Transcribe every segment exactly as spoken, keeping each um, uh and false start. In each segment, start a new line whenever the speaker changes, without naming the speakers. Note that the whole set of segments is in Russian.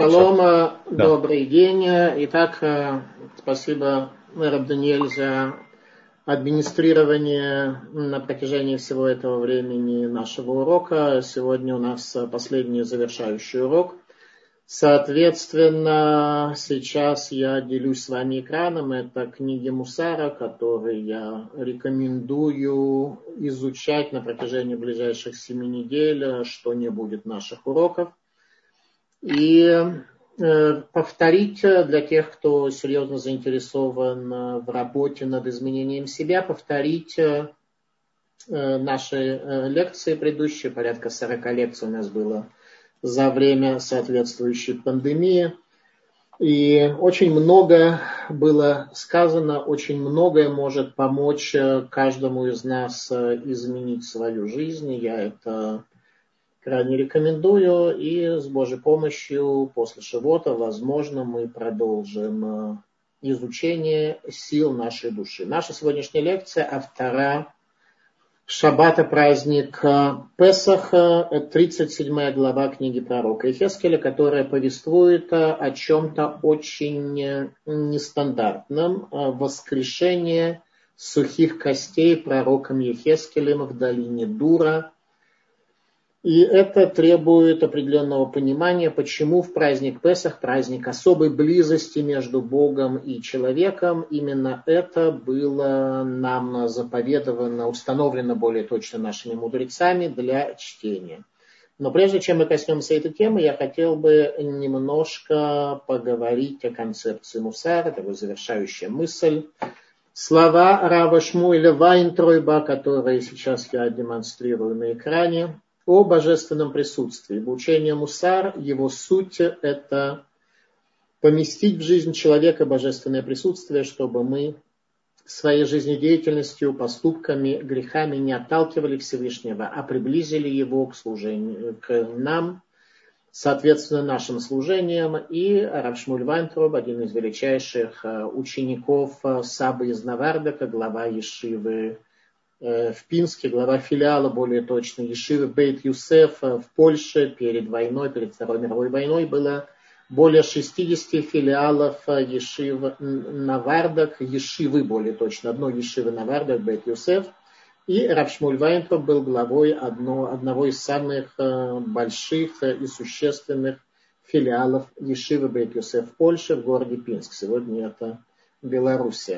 Шалом,
Да.
добрый день. Итак, спасибо, Раб Даниэль, за администрирование на протяжении всего этого времени нашего урока. Сегодня у нас последний завершающий урок. Соответственно, сейчас я делюсь с вами экраном. Это книги Мусара, которые я рекомендую изучать на протяжении ближайших семи недель, что не будет наших уроков. И э, повторить для тех, кто серьезно заинтересован в работе над изменением себя, повторить э, наши э, лекции предыдущие, порядка сорока лекций у нас было за время соответствующей пандемии. И очень много было сказано, очень многое может помочь каждому из нас изменить свою жизнь. Я это крайне рекомендую, и с Божьей помощью после Шивота, возможно, мы продолжим изучение сил нашей души. Наша сегодняшняя лекция автора Шаббата, праздник Песах, тридцать седьмая глава книги пророка Йехескеля, которая повествует о чем-то очень нестандартном, воскрешение сухих костей пророком Йехескелем в долине Дура. И это требует определенного понимания, почему в праздник Песах, праздник особой близости между Богом и человеком, именно это было нам заповедовано, установлено более точно нашими мудрецами для чтения. Но прежде чем мы коснемся этой темы, я хотел бы немножко поговорить о концепции Мусара, такая завершающая мысль. Слова Рава Шмуэля Вайнтройба, которые сейчас я демонстрирую на экране, о божественном присутствии. Учение Мусар, его суть – это поместить в жизнь человека божественное присутствие, чтобы мы своей жизнедеятельностью, поступками, грехами не отталкивали Всевышнего, а приблизили его к служению, к нам, соответственно, нашим служениям. И Рав Шмуль Вайнтроб, один из величайших учеников Сабы из Навардака, глава Ешивы в Пинске, глава филиала, более точно, Ешивы Бейт Юсеф в Польше перед войной, перед Второй мировой войной, было более шестидесяти филиалов Ешив Навардак, Ешивы более точно, одной Ешивы Навардак, Бейт Юсеф. И Рав Шмуль Вайнтроб был главой одно, одного из самых больших и существенных филиалов Ешивы Бейт Юсеф в Польше, в городе Пинск. Сегодня это Белоруссия.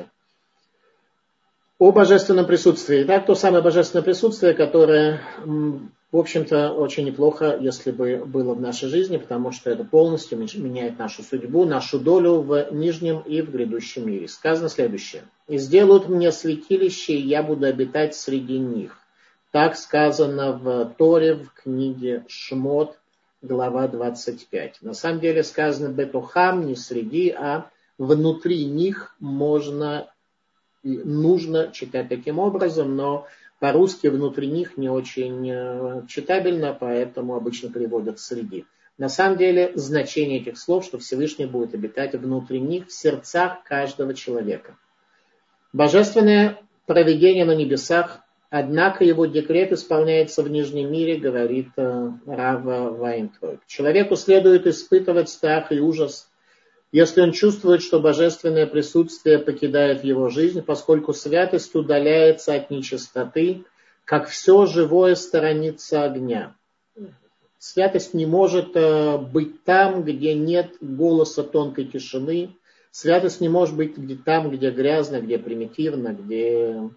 О божественном присутствии. Итак, то самое божественное присутствие, которое, в общем-то, очень неплохо, если бы было в нашей жизни, потому что это полностью меняет нашу судьбу, нашу долю в нижнем и в грядущем мире. Сказано следующее. «И сделают мне святилище, и я буду обитать среди них». Так сказано в Торе, в книге Шмот, глава двадцать пять. На самом деле сказано «бетухам», не среди, а внутри них можно и нужно читать таким образом, но по-русски внутри них не очень читабельно, поэтому обычно переводят «среди». На самом деле значение этих слов, что Всевышний будет обитать внутри них, в сердцах каждого человека. Божественное провидение на небесах, однако его декрет исполняется в нижнем мире, говорит Рава Вайнтройб. Человеку следует испытывать страх и ужас, если он чувствует, что божественное присутствие покидает его жизнь, поскольку святость удаляется от нечистоты, как все живое сторонится огня. Святость не может быть там, где нет голоса тонкой тишины. Святость не может быть там, где грязно, где примитивно, где,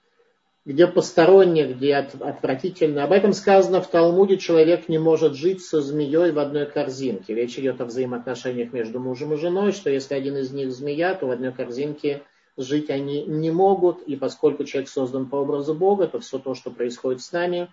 где посторонне, где отвратительно. Об этом сказано в Талмуде: человек не может жить со змеей в одной корзинке. Речь идет о взаимоотношениях между мужем и женой, что если один из них змея, то в одной корзинке жить они не могут. И поскольку человек создан по образу Бога, то все то, что происходит с нами,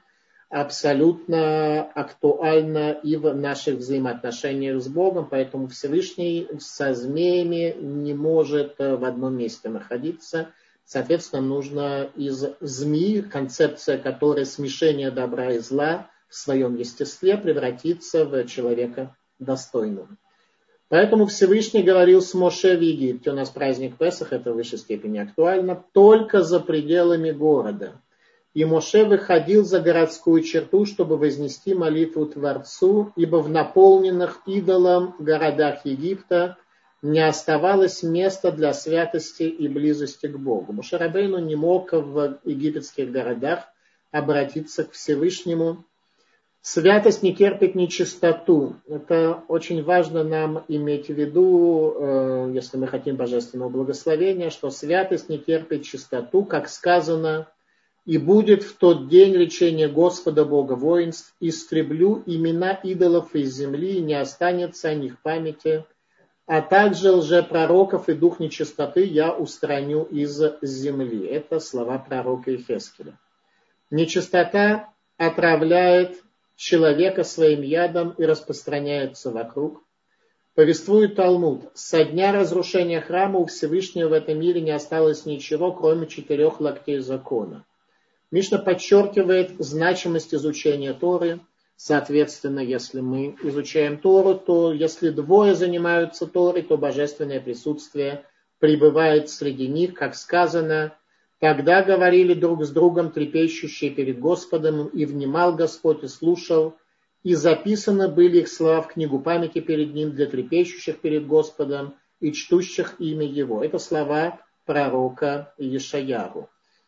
абсолютно актуально и в наших взаимоотношениях с Богом. Поэтому Всевышний со змеями не может в одном месте находиться. Соответственно, нужно из змеи, концепция которой смешение добра и зла в своем естестве, превратиться в человека достойного. Поэтому Всевышний говорил с Моше в Египте. У нас праздник Песах, это в высшей степени актуально, только за пределами города. И Моше выходил за городскую черту, чтобы вознести молитву Творцу, ибо в наполненных идолом городах Египта не оставалось места для святости и близости к Богу. Моше Рабейну не мог в египетских городах обратиться к Всевышнему. Святость не терпит нечистоту. Это очень важно нам иметь в виду, если мы хотим божественного благословения, что святость не терпит чистоту, как сказано: «И будет в тот день речение Господа Бога воинств, истреблю имена идолов из земли, и не останется о них памяти, а также лжепророков и дух нечистоты я устраню из земли». Это слова пророка Йехескеля. Нечистота отравляет человека своим ядом и распространяется вокруг. Повествует Талмуд: со дня разрушения храма у Всевышнего в этом мире не осталось ничего, кроме четырех локтей закона. Мишна подчеркивает значимость изучения Торы. Соответственно, если мы изучаем Тору, то если двое занимаются Торой, то божественное присутствие пребывает среди них, как сказано: «Тогда говорили друг с другом трепещущие перед Господом, и внимал Господь и слушал, и записаны были их слова в книгу памяти перед Ним для трепещущих перед Господом и чтущих имя Его». Это слова пророка Ешаяху.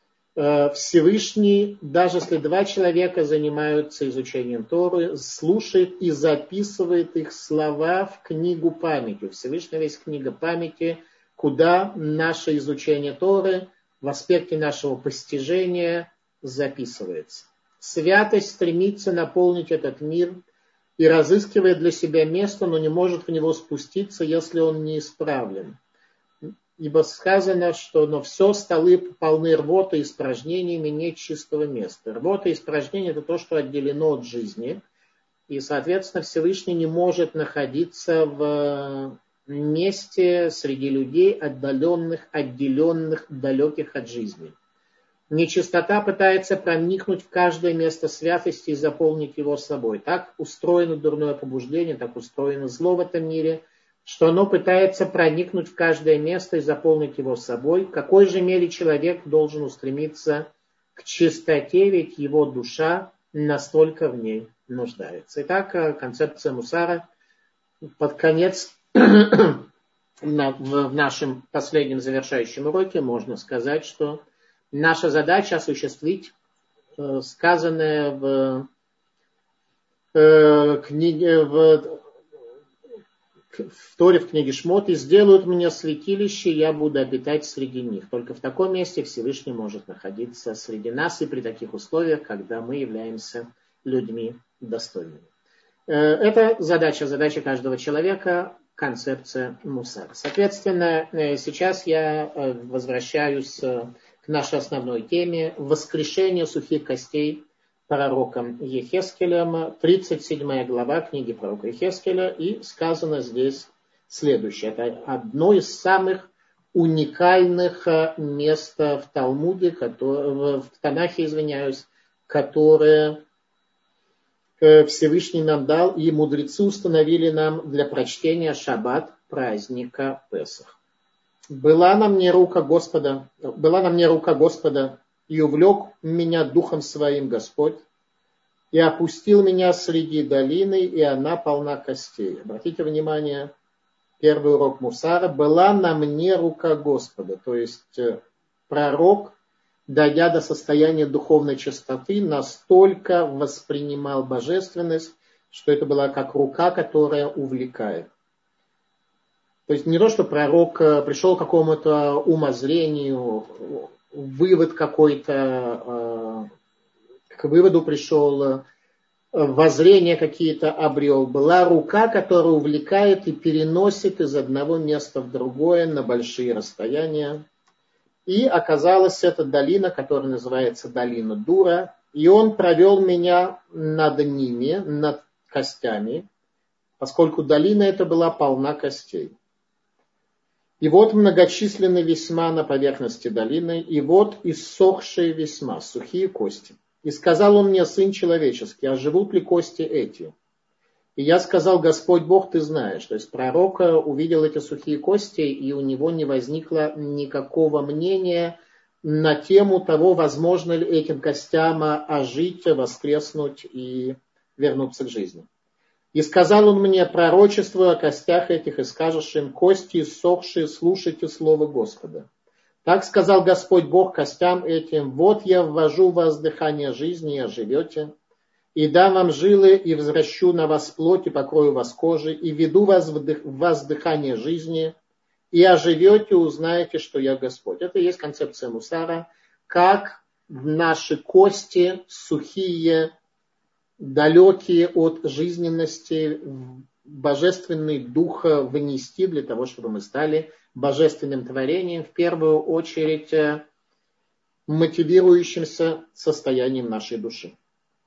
Всевышний, даже если два человека занимаются изучением Торы, слушает и записывает их слова в книгу памяти. Всевышний есть книга памяти, куда наше изучение Торы в аспекте нашего постижения записывается. Святость стремится наполнить этот мир и разыскивает для себя место, но не может в него спуститься, если он не исправлен. Ибо сказано, что но все столы полны рвоты и испражнениями, нет чистого места. Рвота и испражнение — это то, что отделено от жизни. И, соответственно, Всевышний не может находиться в месте среди людей, отдаленных, отделенных, далеких от жизни. Нечистота пытается проникнуть в каждое место святости и заполнить его собой. Так устроено дурное побуждение, так устроено зло в этом мире, что оно пытается проникнуть в каждое место и заполнить его собой. В какой же мере человек должен устремиться к чистоте, ведь его душа настолько в ней нуждается. Итак, концепция мусара под конец в нашем последнем завершающем уроке можно сказать, что наша задача осуществить сказанное в книге, в в Торе, в книге Шмот: «И сделают мне святилище, я буду обитать среди них». Только в таком месте Всевышний может находиться среди нас и при таких условиях, когда мы являемся людьми достойными. Это задача, задача каждого человека, концепция мусара. Соответственно, сейчас я возвращаюсь к нашей основной теме: воскрешение сухих костей пророком Йехескелем, тридцать седьмая глава книги пророка Йехескеля, и сказано здесь следующее. Это одно из самых уникальных мест в Талмуде, которое, в Танахе, извиняюсь, которое Всевышний нам дал, и мудрецы установили нам для прочтения шаббат праздника Песах. «Была на мне рука Господа, была на мне рука Господа, и увлек меня духом своим Господь, и опустил меня среди долины, и она полна костей». Обратите внимание, первый урок мусара: «Была на мне рука Господа». То есть пророк, дойдя до состояния духовной чистоты, настолько воспринимал божественность, что это была как рука, которая увлекает. То есть не то, что пророк пришел к какому-то умозрению, вывод какой-то, к выводу пришел, воззрения какие-то обрел. Была рука, которая увлекает и переносит из одного места в другое на большие расстояния. И оказалась эта долина, которая называется долина Дура. И он провел меня над ними, над костями, поскольку долина эта была полна костей. И вот многочисленны весьма на поверхности долины, и вот иссохшие весьма, сухие кости. И сказал он мне: сын человеческий, а живут ли кости эти? И я сказал: Господь Бог, ты знаешь. То есть пророк увидел эти сухие кости, и у него не возникло никакого мнения, на тему того, возможно ли этим костям ожить, воскреснуть и вернуться к жизни. И сказал он мне: пророчествуй о костях этих, и скажешь им: кости иссохшие, слушайте слово Господа. Так сказал Господь Бог костям этим: вот я ввожу в вас дыхание жизни, и оживете, и дам вам жилы, и возвращу на вас плоть, и покрою вас кожей, и веду вас в, дых, в вас дыхание жизни, и оживете, узнаете, что я Господь. Это и есть концепция мусара, как наши кости сухие, далекие от жизненности, божественный дух вынести для того, чтобы мы стали божественным творением, в первую очередь мотивирующимся состоянием нашей души.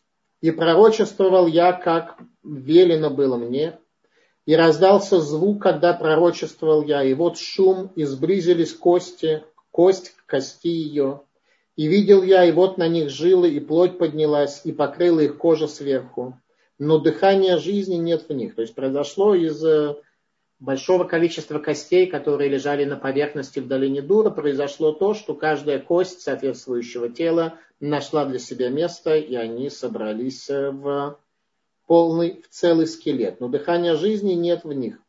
И пророчествовал я, как велено было мне, и раздался звук, когда пророчествовал я, и вот шум, и сблизились кости, кость к кости ее, и видел я, и вот на них жилы, и плоть поднялась, и покрыла их кожа сверху, но дыхания жизни нет в них. То есть произошло из большого количества костей, которые лежали на поверхности в долине Дура, произошло то, что каждая кость соответствующего тела нашла для себя место, и они собрались в полный, в целый скелет. Но дыхания жизни нет в них.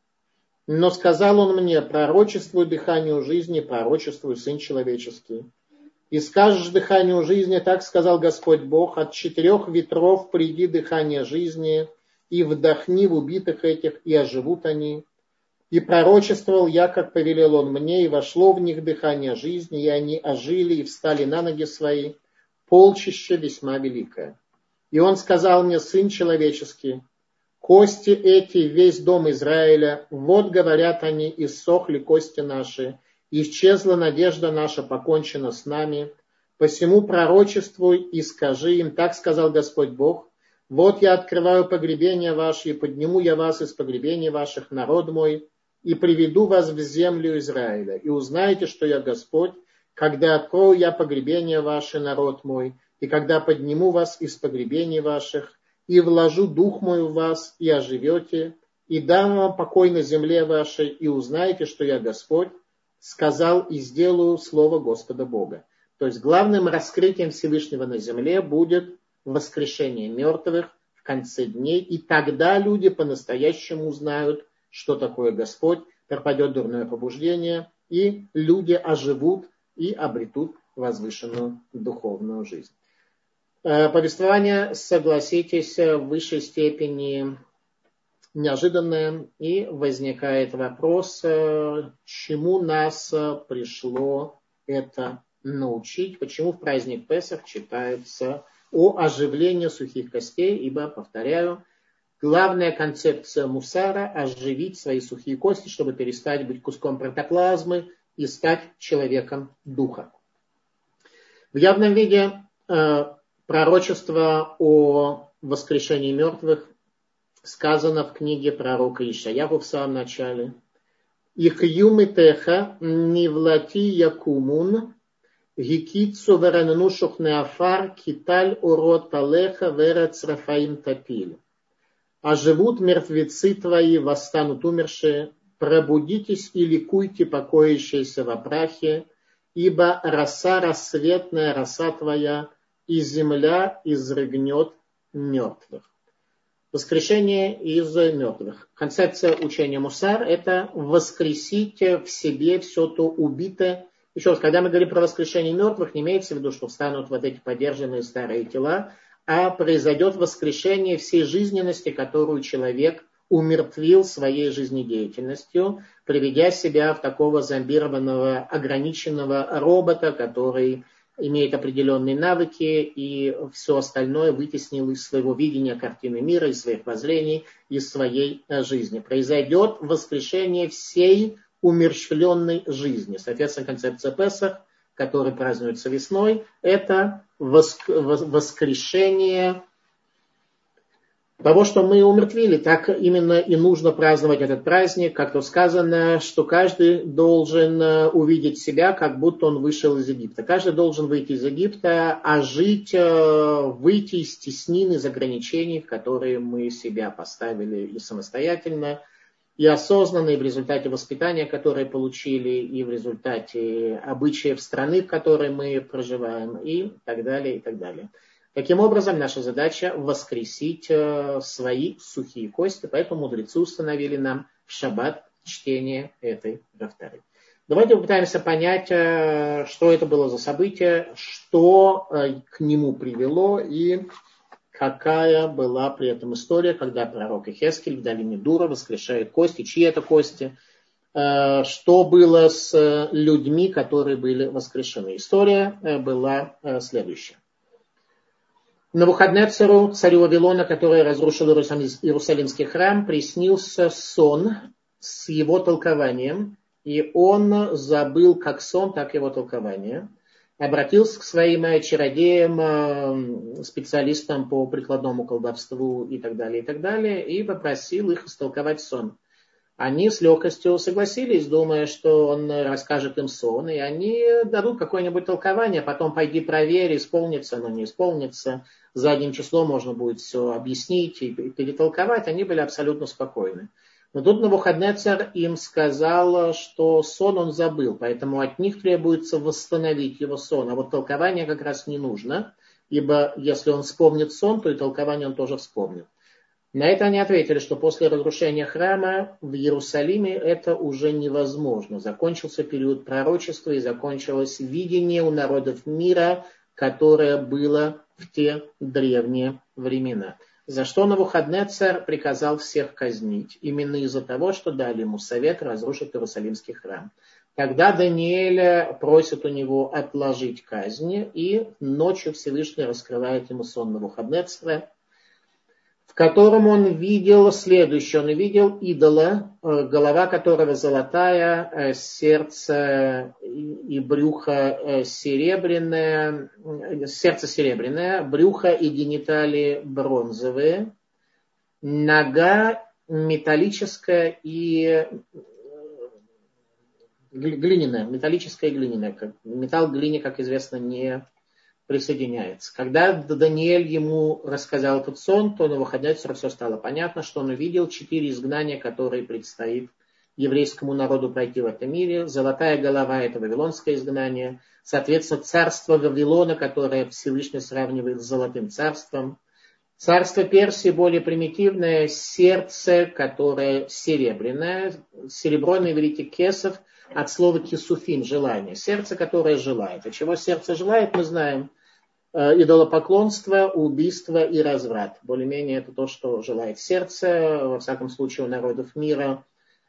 Но сказал он мне: пророчествуй дыханию жизни, пророчествуй, сын человеческий. И скажешь дыханию жизни: так сказал Господь Бог: от четырех ветров приди дыхание жизни, и вдохни в убитых этих, и оживут они. И пророчествовал я, как повелел он мне, и вошло в них дыхание жизни, и они ожили, и встали на ноги свои, полчище весьма великое. И он сказал мне: сын человеческий, кости эти, весь дом Израиля, вот, говорят они, иссохли кости наши, исчезла надежда наша, покончена с нами. Посему пророчествуй и скажи им: так сказал Господь Бог: вот я открываю погребения ваши, и подниму я вас из погребений ваших, народ мой, и приведу вас в землю Израиля. И узнаете, что я Господь, когда открою я погребения ваши, народ мой, и когда подниму вас из погребений ваших, и вложу дух мой в вас, и оживете, и дам вам покой на земле вашей, и узнаете, что я Господь, сказал и сделаю слово Господа Бога. То есть главным раскрытием Всевышнего на земле будет воскрешение мертвых в конце дней, и тогда люди по-настоящему узнают, что такое Господь, пропадет дурное побуждение, и люди оживут и обретут возвышенную духовную жизнь. Повествование, согласитесь, в высшей степени неожиданное, и возникает вопрос, чему нас пришло это научить, почему в праздник Песах читается о оживлении сухих костей, ибо, повторяю, главная концепция мусара – оживить свои сухие кости, чтобы перестать быть куском протоплазмы и стать человеком духа. В явном виде э, пророчество о воскрешении мертвых сказано в книге пророка Ишаяху в самом начале. «Ихью теха нивлати якумун, гикицу веранну шухнеафар, киталь урот талеха верец рафаим тапиль». «Оживут мертвецы твои, восстанут умершие, пробудитесь и ликуйте, покоящиеся во прахе, ибо роса рассветная, роса твоя, и земля изрыгнет мертвых». Воскрешение из мертвых. Концепция учения мусар – это воскресить в себе все то убитое. Еще раз, когда мы говорим про воскрешение мертвых, не имеется в виду, что встанут вот эти подержанные старые тела, а произойдет воскрешение всей жизненности, которую человек умертвил своей жизнедеятельностью, приведя себя в такого зомбированного, ограниченного робота, который имеет определенные навыки и все остальное вытеснил из своего видения картины мира, из своих воззрений, из своей жизни. Произойдет воскрешение всей умерщвленной жизни. Соответственно, концепция Песах, который празднуется весной, это воскрешение того, что мы умертвили. Так именно и нужно праздновать этот праздник. Как то сказано, что каждый должен увидеть себя, как будто он вышел из Египта. Каждый должен выйти из Египта, а жить, выйти из теснин, из ограничений, которые мы себя поставили и самостоятельно. и осознанно, и в результате воспитания, которое получили, и в результате обычаев страны, в которой мы проживаем, и так далее, и так далее. Таким образом, наша задача воскресить свои сухие кости, поэтому мудрецы установили нам в шаббат чтение этой гафтары. Давайте попытаемся понять, что это было за событие, что к нему привело и какая была при этом история, когда пророк Ихескель в долине Дура воскрешает кости, чьи это кости, что было с людьми, которые были воскрешены. История была следующая. Навуходнецеру, царю Вавилона, который разрушил Иерусалимский храм, приснился сон с его толкованием, и он забыл как сон, так и его толкование. Обратился к своим чародеям, специалистам по прикладному колдовству и так далее, и так далее, и попросил их истолковать сон. Они с легкостью согласились, думая, что он расскажет им сон, и они дадут какое-нибудь толкование, потом пойди проверь, исполнится оно, не исполнится. Задним числом можно будет все объяснить и перетолковать. Они были абсолютно спокойны. Но тут Навуходнецер им сказал, что сон он забыл, поэтому от них требуется восстановить его сон. А вот толкование как раз не нужно, ибо если он вспомнит сон, то и толкование он тоже вспомнит. На это они ответили, что после разрушения храма в Иерусалиме это уже невозможно. Закончился период пророчества и закончилось видение у народов мира, которое было в те древние времена. За что Навуходнецер приказал всех казнить? Именно из-за того, что дали ему совет разрушить Иерусалимский храм. Тогда Даниэль просит у него отложить казнь, и ночью Всевышний раскрывает ему сон Навуходнецера, в котором он видел следующее. Он видел идола, голова которого золотая, сердце и брюхо серебряное, сердце серебряное, брюхо и гениталии бронзовые, нога металлическая и глиняная, металлическая и глиняная. Металл к глине, как известно, не присоединяется. Когда Даниэль ему рассказал этот сон, то Навуходнецеру все стало понятно, что он увидел четыре изгнания, которые предстоит еврейскому народу пройти в этом мире. Золотая голова – это вавилонское изгнание. Соответственно, царство Вавилона, которое Всевышний сравнивает с золотым царством. Царство Персии более примитивное, сердце, которое серебряное. Серебро на иврите кесов от слова кисуфим – желание. Сердце, которое желает. А чего сердце желает, мы знаем. Идолопоклонство, убийство и разврат. Более-менее это то, что желает сердце. Во всяком случае, у народов мира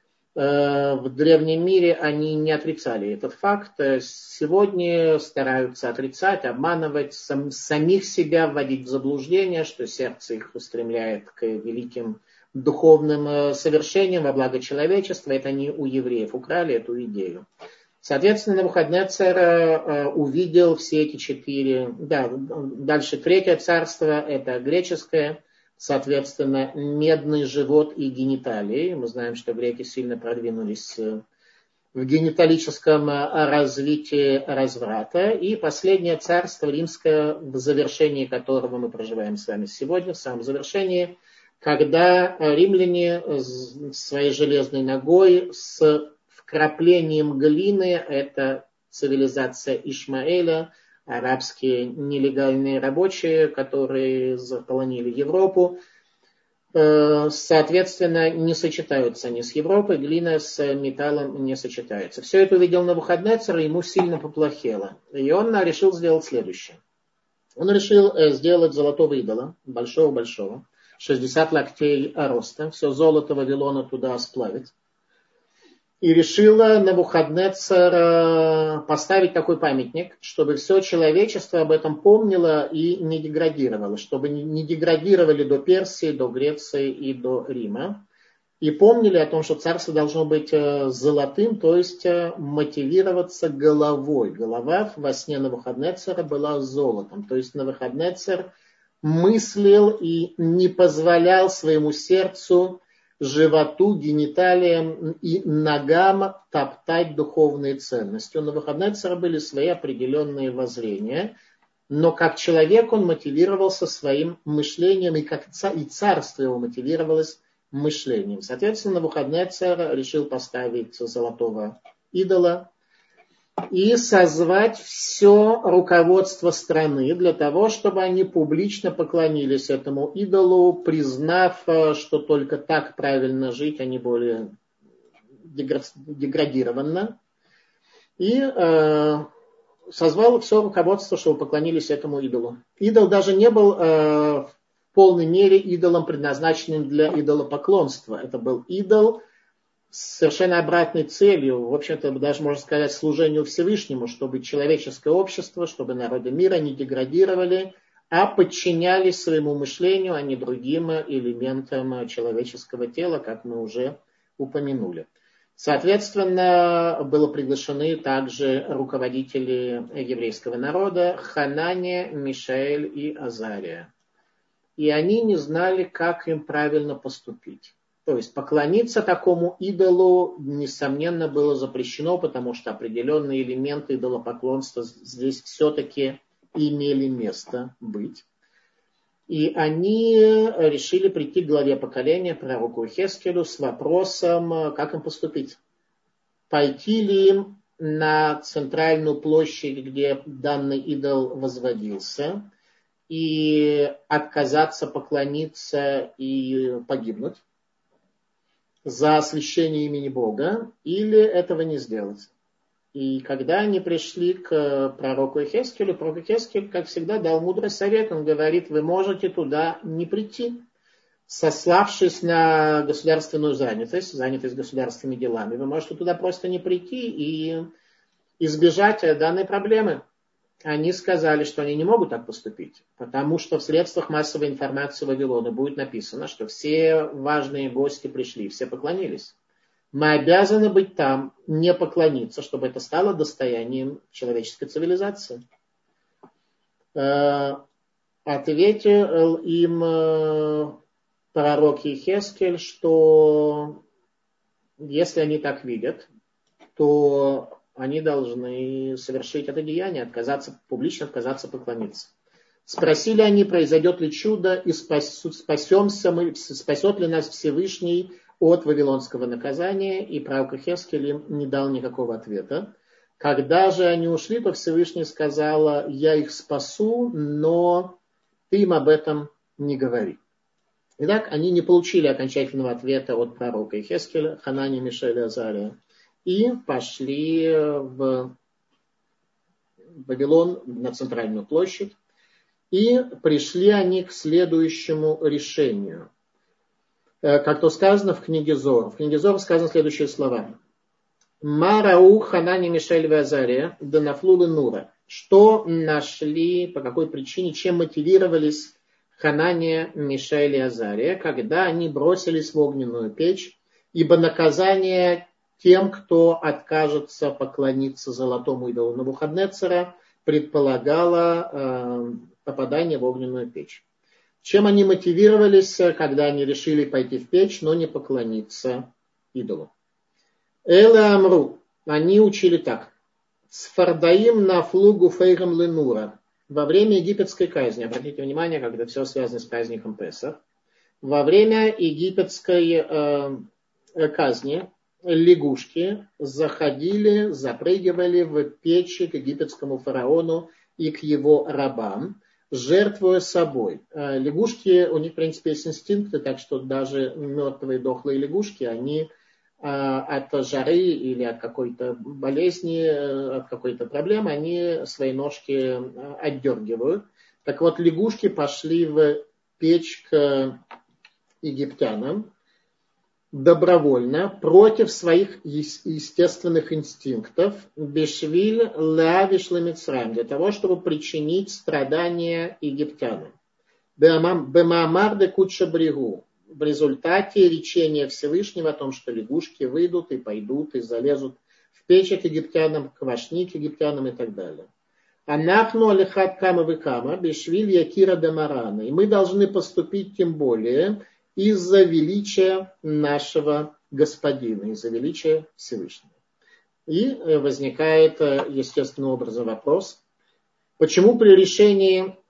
в древнем мире они не отрицали этот факт. Сегодня стараются отрицать, обманывать, сам, самих себя вводить в заблуждение, что сердце их устремляет к великим духовным совершениям во благо человечества. Это они у евреев украли эту идею. Соответственно, Навуходнецер увидел все эти четыре. Да, дальше третье царство, это греческое. Соответственно, медный живот и гениталии. Мы знаем, что греки сильно продвинулись в гениталическом развитии разврата. И последнее царство римское, в завершении которого мы проживаем с вами сегодня, в самом завершении, когда римляне своей железной ногой с вкраплением глины, это цивилизация Ишмаэля, арабские нелегальные рабочие, которые заполонили Европу, соответственно, не сочетаются они с Европой, глина с металлом не сочетается. Все это увидел Навуходнецер, и ему сильно поплохело. И он решил сделать следующее. Он решил сделать золотого идола, большого-большого, шестьдесят локтей роста, все золото Вавилона туда сплавить. И решила Навуходнецер поставить такой памятник, чтобы все человечество об этом помнило и не деградировало, чтобы не деградировали до Персии, до Греции и до Рима. И помнили о том, что царство должно быть золотым, то есть мотивироваться головой. Голова во сне Навуходнецера была золотом, то есть Навуходнецер мыслил и не позволял своему сердцу, животу, гениталиям и ногам топтать духовные ценности. У Навуходнецера были свои определенные воззрения, но как человек он мотивировался своим мышлением, и как и царство его мотивировалось мышлением. Соответственно, Навуходоносор решил поставить золотого идола и созвать все руководство страны для того, чтобы они публично поклонились этому идолу, признав, что только так правильно жить, а не более деградированно. И э, созвал все руководство, чтобы поклонились этому идолу. Идол даже не был э, в полной мере идолом, предназначенным для идолопоклонства. Это был идол с совершенно обратной целью, в общем-то, даже можно сказать, служению Всевышнему, чтобы человеческое общество, чтобы народы мира не деградировали, а подчинялись своему мышлению, а не другим элементам человеческого тела, как мы уже упомянули. Соответственно, были приглашены также руководители еврейского народа Ханания, Мишаэль и Азария. И они не знали, как им правильно поступить. То есть поклониться такому идолу, несомненно, было запрещено, потому что определенные элементы идолопоклонства здесь все-таки имели место быть. И они решили прийти к главе поколения, пророку Йехескелю, с вопросом, как им поступить. Пойти ли им на центральную площадь, где данный идол возводился, и отказаться поклониться и погибнуть за освящение имени Бога, или этого не сделать. И когда они пришли к пророку Йехескелю, пророк Йехескель, как всегда, дал мудрый совет. Он говорит, вы можете туда не прийти, сославшись на государственную занятость, занятость государственными делами. Вы можете туда просто не прийти и избежать данной проблемы. Они сказали, что они не могут так поступить, потому что в средствах массовой информации Вавилона будет написано, что все важные гости пришли, все поклонились. Мы обязаны быть там, не поклониться, чтобы это стало достоянием человеческой цивилизации. Ответил им пророк Йехескель, что если они так видят, то они должны совершить это деяние, отказаться, публично отказаться поклониться. Спросили они, произойдет ли чудо, и спасемся мы, спасет ли нас Всевышний от вавилонского наказания, и пророк Йехескель им не дал никакого ответа. Когда же они ушли, то Всевышний сказал, я их спасу, но ты им об этом не говори. Итак, они не получили окончательного ответа от пророка Йехескеля, Ханания, Мишаэля, Азария, и пошли в Вавилон, на центральную площадь, и пришли они к следующему решению. Как то сказано в книге Зоар. В книге Зоар сказаны следующие слова. Марау Ханания, Мишаэль и Азария данафлу нура. Что нашли, по какой причине, чем мотивировались Ханания, Мишаэль и Азария, когда они бросились в огненную печь, ибо наказание тем, кто откажется поклониться золотому идолу Навуходоносора, предполагало э, попадание в огненную печь. Чем они мотивировались, когда они решили пойти в печь, но не поклониться идолу? Эла Амру, они учили так. Сфардаим на флугу фейрам ленура. Во время египетской казни, обратите внимание, когда все связано с праздником Песах, во время египетской э, казни лягушки заходили, запрыгивали в печи к египетскому фараону и к его рабам, жертвуя собой. Лягушки, у них, в принципе, есть инстинкты, так что даже мертвые дохлые лягушки, они от жары или от какой-то болезни, от какой-то проблемы, они свои ножки отдергивают. Так вот, лягушки пошли в печь к египтянам добровольно, против своих естественных инстинктов, бешвиль лавиш лемицраим, для того, чтобы причинить страдания египтянам. Бемаамар де куча бригу. В результате речения Всевышнего о том, что лягушки выйдут и пойдут и залезут в печь к египтянам, квашни к египтянам и так далее. Анахну алихат кама векама бешвиль якира демарана. И мы должны поступить тем более из-за величия нашего Господина, из-за величия Всевышнего. И возникает естественным образом вопрос, почему при решении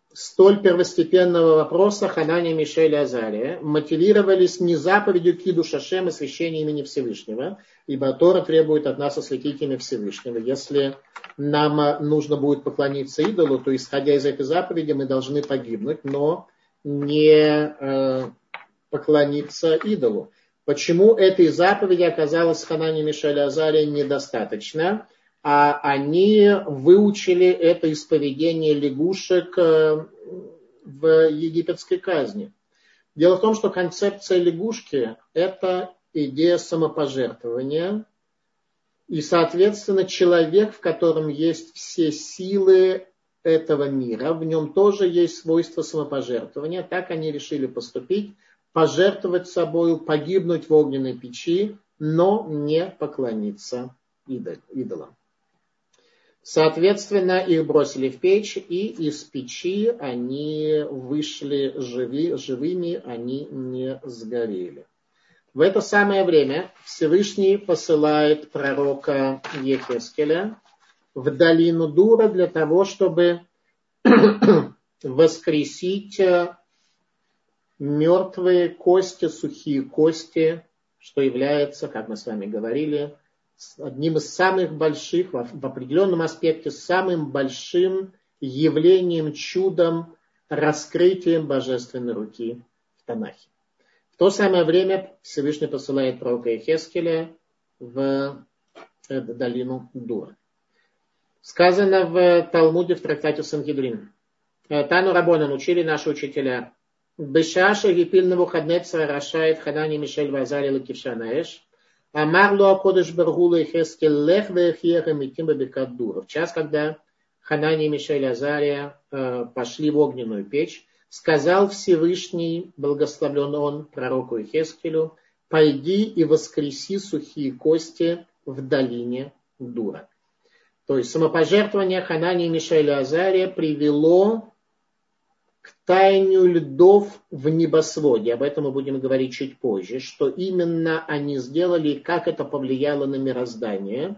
столь первостепенного вопроса Ханания, Мишель и Азария мотивировались не заповедью Кидуш Ашем, освящения имени Всевышнего, ибо Тора требует от нас осветить имя Всевышнего. Если нам нужно будет поклониться идолу, то, исходя из этой заповеди, мы должны погибнуть, но не э, поклониться идолу. Почему этой заповеди оказалось Ханания, Мишель и Азария недостаточно? А они выучили это исповедение лягушек в египетской казни. Дело в том, что концепция лягушки – это идея самопожертвования. И, соответственно, человек, в котором есть все силы этого мира, в нем тоже есть свойство самопожертвования. Так они решили поступить, пожертвовать собою, погибнуть в огненной печи, но не поклониться идолам. Соответственно, их бросили в печь, и из печи они вышли живи, живыми, они не сгорели. В это самое время Всевышний посылает пророка Ехескеля в долину Дура для того, чтобы воскресить мертвые кости, сухие кости, что является, как мы с вами говорили, одним из самых больших, в определенном аспекте, самым большим явлением, чудом, раскрытием божественной руки в Танахе. В то самое время Всевышний посылает пророка Ехескеля в долину Дура. Сказано в Талмуде, в трактате Сангедрин. Тану Рабонан, учили наши учителя. Бешаша гипиль Навуходнецар рашает Ханани Мишель Вазари Лакившанаэш. Амарлу Акодыш Баргула и Хескель Лех Вехеха Митим Бабекат Дура. В час, когда Ханани, Мишель и Азария э, пошли в огненную печь, сказал Всевышний, благословлен он, пророку Хескелю, пойди и воскреси сухие кости в долине Дура. То есть самопожертвование Ханани, Мишель и Азария привело к таянию льдов в небосводе. Об этом мы будем говорить чуть позже, что именно они сделали и как это повлияло на мироздание.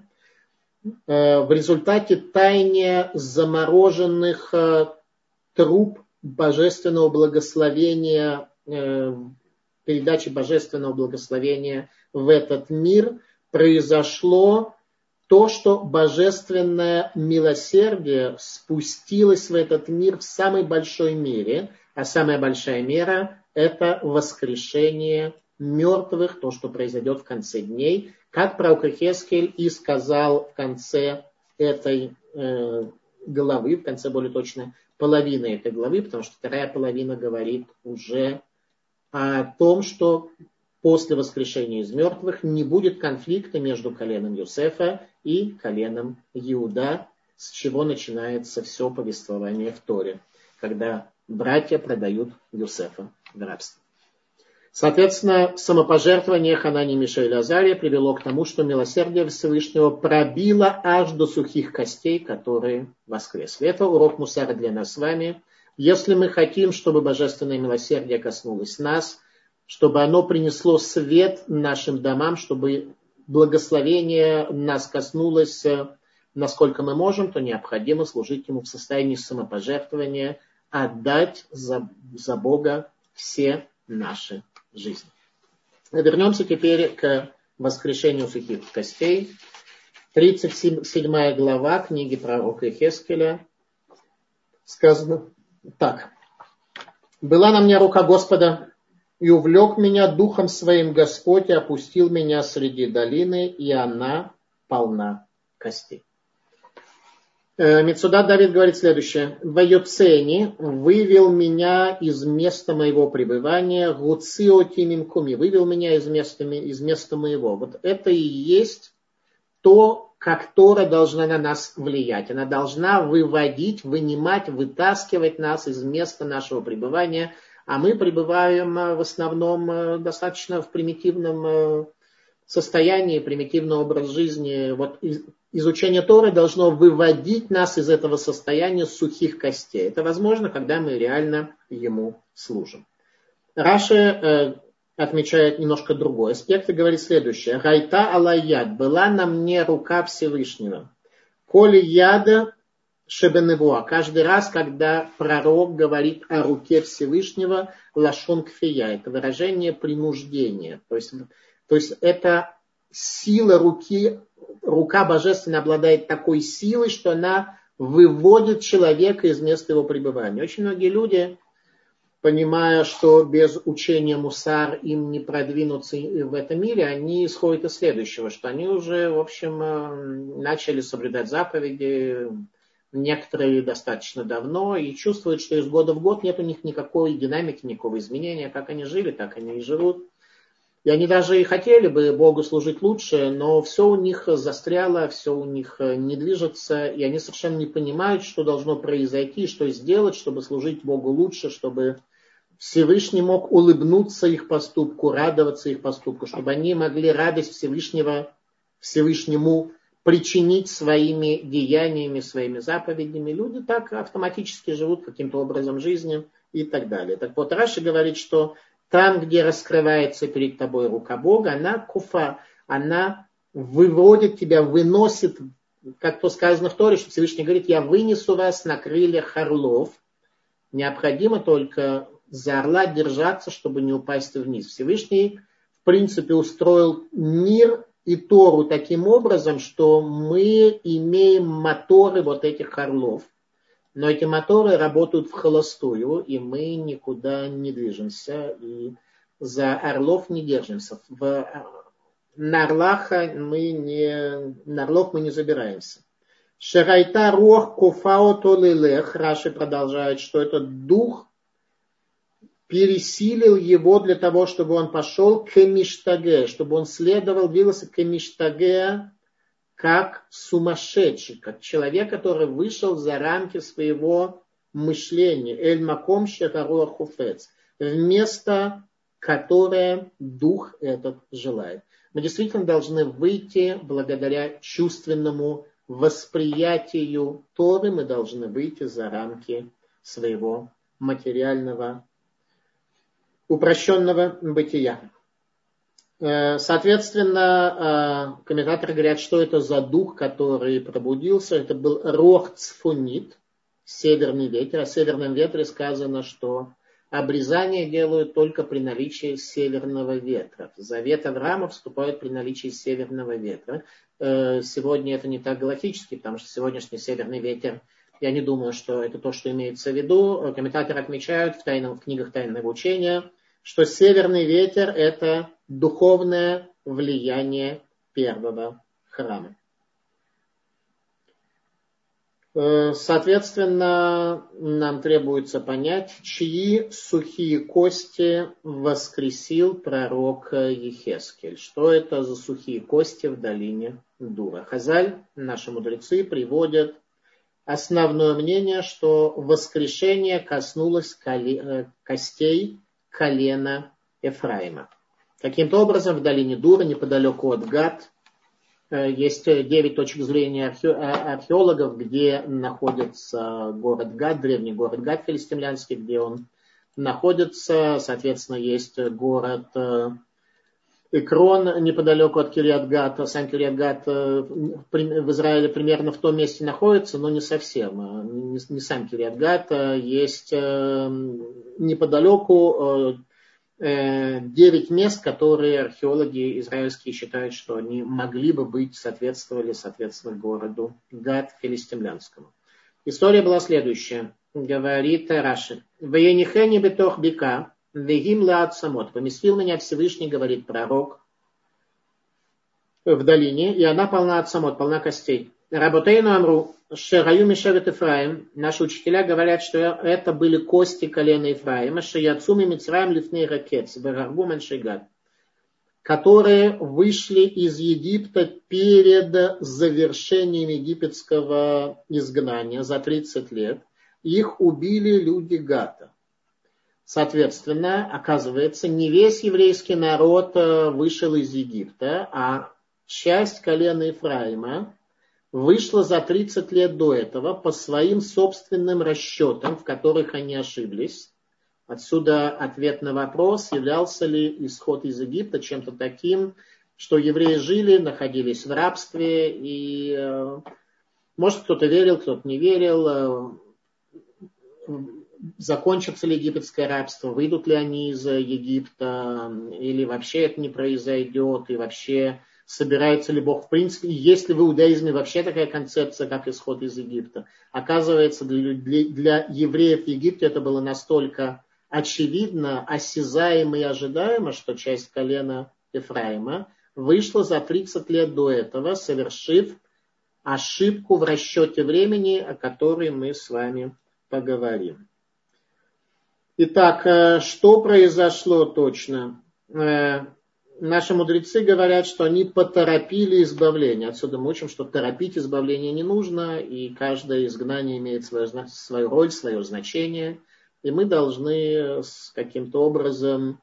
В результате таяния замороженных труб божественного благословения, передачи божественного благословения в этот мир произошло то, что божественное милосердие спустилось в этот мир в самой большой мере, а самая большая мера – это воскрешение мертвых, то, что произойдет в конце дней, как пророк Йехескель и сказал в конце этой э, главы, в конце более точно половины этой главы, потому что вторая половина говорит уже о том, что после воскрешения из мертвых не будет конфликта между коленом Йосефа и коленом Иуда, с чего начинается все повествование в Торе, когда братья продают Йосефа в рабство. Соответственно, самопожертвование Ханани, Мишель и Азария привело к тому, что милосердие Всевышнего пробило аж до сухих костей, которые воскресли. Это урок мусара для нас с вами. Если мы хотим, чтобы божественное милосердие коснулось нас, чтобы оно принесло свет нашим домам, чтобы благословение нас коснулось, насколько мы можем, то необходимо служить ему в состоянии самопожертвования, отдать за, за Бога все наши жизни. Вернемся теперь к воскрешению сухих костей. тридцать седьмая глава книги пророка Йехескеля. Сказано так. «Была на мне рука Господа, и увлек меня духом своим Господь, и опустил меня среди долины, и она полна костей». Мецудат Давид говорит следующее. «Вайоцени вывел меня из места моего пребывания, гуцио тимимкуми, вывел меня из места, из места моего». Вот это и есть то, как Тора должна на нас влиять. Она должна выводить, вынимать, вытаскивать нас из места нашего пребывания. А мы пребываем в основном достаточно в примитивном состоянии, примитивный образ жизни. Вот изучение Торы должно выводить нас из этого состояния сухих костей. Это возможно, когда мы реально ему служим. Раши отмечает немножко другой аспект и говорит следующее. «Гайта алаяд, была на мне рука Всевышнего. Коли яда шебеневуа. Каждый раз, когда пророк говорит о руке Всевышнего, лашон кфия, это выражение принуждения. То есть, то есть это сила руки, рука божественная обладает такой силой, что она выводит человека из места его пребывания. Очень многие люди, понимая, что без учения мусар им не продвинуться в этом мире, они исходят из следующего, что они уже, в общем, начали соблюдать заповеди, некоторые достаточно давно, и чувствуют, что из года в год нет у них никакой динамики, никакого изменения. Как они жили, так они и живут. И они даже и хотели бы Богу служить лучше, но все у них застряло, все у них не движется, и они совершенно не понимают, что должно произойти, что сделать, чтобы служить Богу лучше, чтобы Всевышний мог улыбнуться их поступку, радоваться их поступку, чтобы они могли радость Всевышнего, Всевышнему причинить своими деяниями, своими заповедями. Люди так автоматически живут каким-то образом жизни и так далее. Так вот, Раши говорит, что там, где раскрывается перед тобой рука Бога, она куфа, она выводит тебя, выносит, как то сказано в Торе, что Всевышний говорит, я вынесу вас на крыльях орлов. Необходимо только за орла держаться, чтобы не упасть вниз. Всевышний, в принципе, устроил мир и Тору таким образом, что мы имеем моторы вот этих орлов. Но эти моторы работают в холостую, и мы никуда не движемся, и за орлов не держимся. В, на, орлах мы не, на орлов мы не забираемся. Шерайта рух куфао толилех, Раши продолжает, что этот дух пересилил его для того, чтобы он пошел к миштаге, чтобы он следовал, двигался к миштаге, как сумасшедший, как человек, который вышел за рамки своего мышления. Эль маком шегаруа хуфец. В место, которое дух этот желает. Мы действительно должны выйти благодаря чувственному восприятию Торы, мы должны выйти за рамки своего материального упрощенного бытия. Соответственно, комментаторы говорят, что это за дух, который пробудился. Это был рох цфунит, северный ветер. О северном ветре сказано, что обрезание делают только при наличии северного ветра. В завет Авраама вступают при наличии северного ветра. Сегодня это не так галактически, потому что сегодняшний северный ветер, я не думаю, что это то, что имеется в виду. Комментаторы отмечают в, тайном, в книгах тайного учения, что северный ветер – это духовное влияние первого храма. Соответственно, нам требуется понять, чьи сухие кости воскресил пророк Ехескель. Что это за сухие кости в долине Дура? Хазаль, наши мудрецы, приводят основное мнение, что воскрешение коснулось костей колена Ефраима. Каким-то образом в долине Дура, неподалеку от Гат, есть девять точек зрения археологов, где находится город Гат, древний город Гат филистимлянский, где он находится. Соответственно, есть город Экрон неподалеку от Кирьят-Гата. Сам Кирьят-Гат в Израиле примерно в том месте находится, но не совсем. Не сам Кирьят-Гат. Есть неподалеку девять мест, которые археологи израильские считают, что они могли бы быть, соответствовали, соответственно, городу Гат филистимлянскому. История была следующая. Говорит Раши. «Ваенихени бетох бика». Вегим лаат самот. Поместил меня Всевышний, говорит пророк, в долине, и она полна от самот, полна костей. Работейну амру, шераю мишевет Ифраим. Наши учителя говорят, что это были кости колена Ифраима, шеяцуми мицраим лифней ракец, вегаргу маншигат, которые вышли из Египта перед завершением египетского изгнания за тридцать лет. Их убили люди Гата. Соответственно, оказывается, не весь еврейский народ вышел из Египта, а часть колена Ефраима вышла за тридцать лет до этого по своим собственным расчетам, в которых они ошиблись. Отсюда ответ на вопрос, являлся ли исход из Египта чем-то таким, что евреи жили, находились в рабстве и Может, кто-то верил, кто-то не верил. Закончится ли египетское рабство, выйдут ли они из Египта, или вообще это не произойдет, и вообще собирается ли Бог в принципе, и есть ли в иудаизме вообще такая концепция, как исход из Египта. Оказывается, для, для, для евреев в Египте это было настолько очевидно, осязаемо и ожидаемо, что часть колена Ефраима вышла за тридцать лет до этого, совершив ошибку в расчете времени, о которой мы с вами поговорим. Итак, что произошло точно? Наши мудрецы говорят, что они поторопили избавление. Отсюда мы учим, что торопить избавление не нужно, и каждое изгнание имеет свою, свою роль, свое значение. И мы должны каким-то образом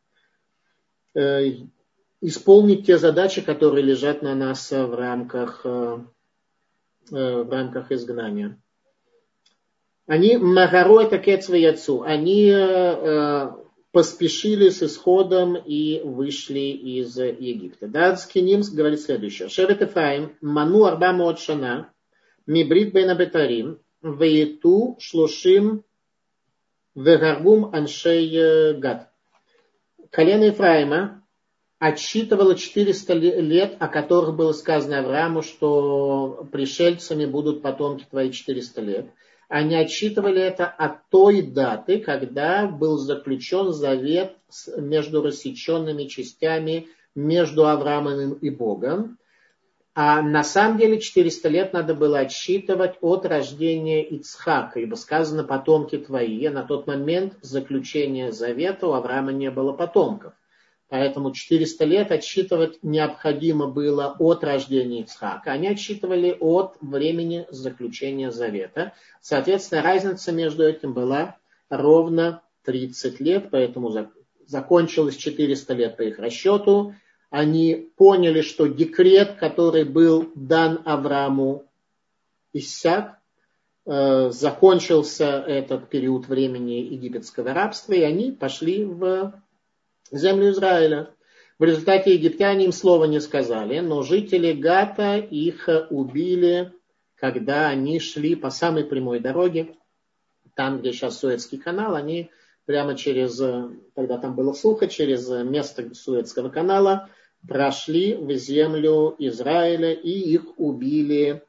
исполнить те задачи, которые лежат на нас в рамках, в рамках изгнания. Они магаро это кецве яцу. Они э, поспешили с исходом и вышли из Египта. Датский Нимс говорит следующее. Шевет Ефраим ману арба меот шана мибрит бен абетарим веету шлошим вегаргум аншей гад. Колено Ефраима отсчитывало четыреста лет, о которых было сказано Аврааму, что пришельцами будут потомки твои четыреста лет. Они отсчитывали это от той даты, когда был заключен завет между рассеченными частями между Авраамом и Богом. А на самом деле четыреста лет надо было отсчитывать от рождения Ицхака, ибо сказано потомки твои. На тот момент заключения завета у Авраама не было потомков. Поэтому четыреста лет отсчитывать необходимо было от рождения Ицхака. Они отсчитывали от времени заключения завета. Соответственно, разница между этим была ровно тридцать лет, поэтому закончилось четыреста лет по их расчету. Они поняли, что декрет, который был дан Аврааму, иссяк. Закончился этот период времени египетского рабства, и они пошли в землю Израиля. В результате египтяне им слова не сказали, но жители Гата их убили, когда они шли по самой прямой дороге, там, где сейчас Суэцкий канал, они прямо через, когда там было сухо, через место Суэцкого канала прошли в землю Израиля, и их убили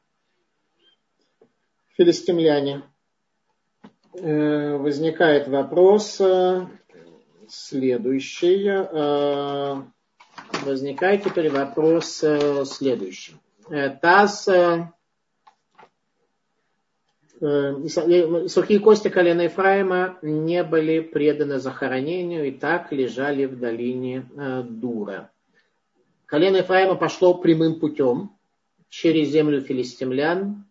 филистимляне. Возникает вопрос следующий. Возникает теперь вопрос следующий. Таз, сухие кости колена Ефраима не были преданы захоронению и так лежали в долине Дура. Колено Ефраима пошло прямым путем через землю филистимлян,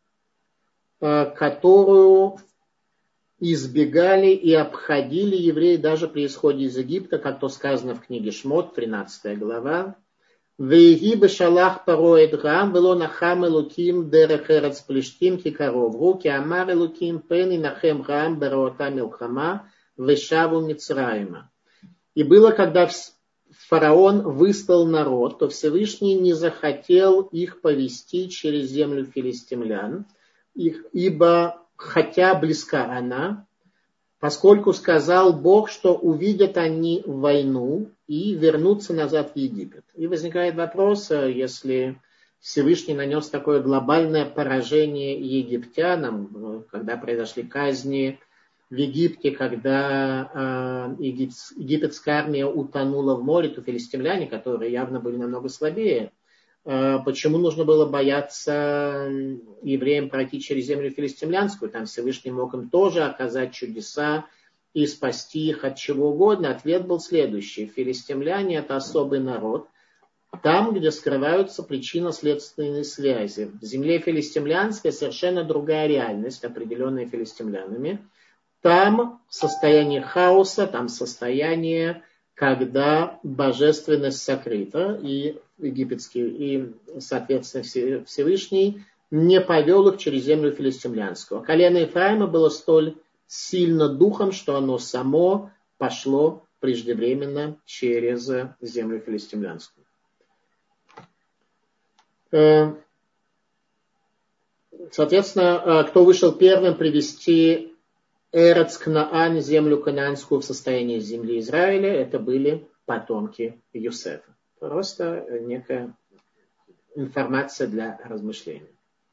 которую избегали и обходили евреи даже при исходе из Египта, как то сказано в книге Шмот, тринадцатая глава. «Веги бешалах паро эдгам, вело нахам элуким дерех эрец плештим кикаров, руки амар элуким пен и нахем гам берота милхама, вешаву мицраима». И было, когда фараон выслал народ, то Всевышний не захотел их повести через землю филистимлян, ибо хотя близка она, поскольку сказал Бог, что увидят они войну и вернутся назад в Египет. И возникает вопрос, если Всевышний нанес такое глобальное поражение египтянам, когда произошли казни в Египте, когда египетская армия утонула в море, то филистимляне, которые явно были намного слабее, почему нужно было бояться евреям пройти через землю филистимлянскую? Там Всевышний мог им тоже оказать чудеса и спасти их от чего угодно. Ответ был следующий. Филистимляне – это особый народ. Там, где скрываются причинно-следственные связи. В земле филистимлянской совершенно другая реальность, определенная филистимлянами. Там состояние хаоса, там состояние, когда божественность сокрыта, и египетский, и, соответственно, Всевышний не повел их через землю филистимлянскую. Колено Ефраима было столь сильно духом, что оно само пошло преждевременно через землю филистимлянскую. Соответственно, кто вышел первым привести Эрец Кнаан, землю канаанскую, в состояние земли Израиля, это были потомки Юсефа. Просто некая информация для размышления.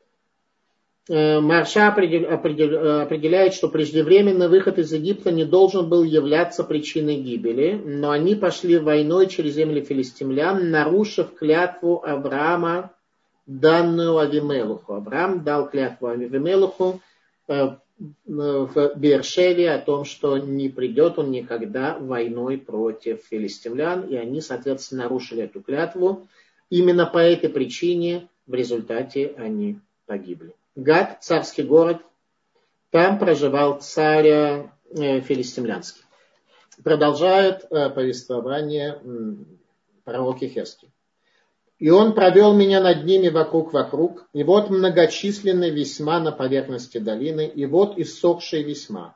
Марша определяет, что преждевременный выход из Египта не должен был являться причиной гибели, но они пошли войной через земли филистимлян, нарушив клятву Авраама, данную Авимелуху. Авраам дал клятву Авимелуху в Бершеве о том, что не придет он никогда войной против филистимлян, и они, соответственно, нарушили эту клятву. Именно по этой причине в результате они погибли. Гат, царский город, там проживал царь филистимлянский. Продолжает повествование пророк Йехескель. И он провел меня над ними вокруг-вокруг, и вот многочисленные весьма на поверхности долины, и вот иссохшие весьма.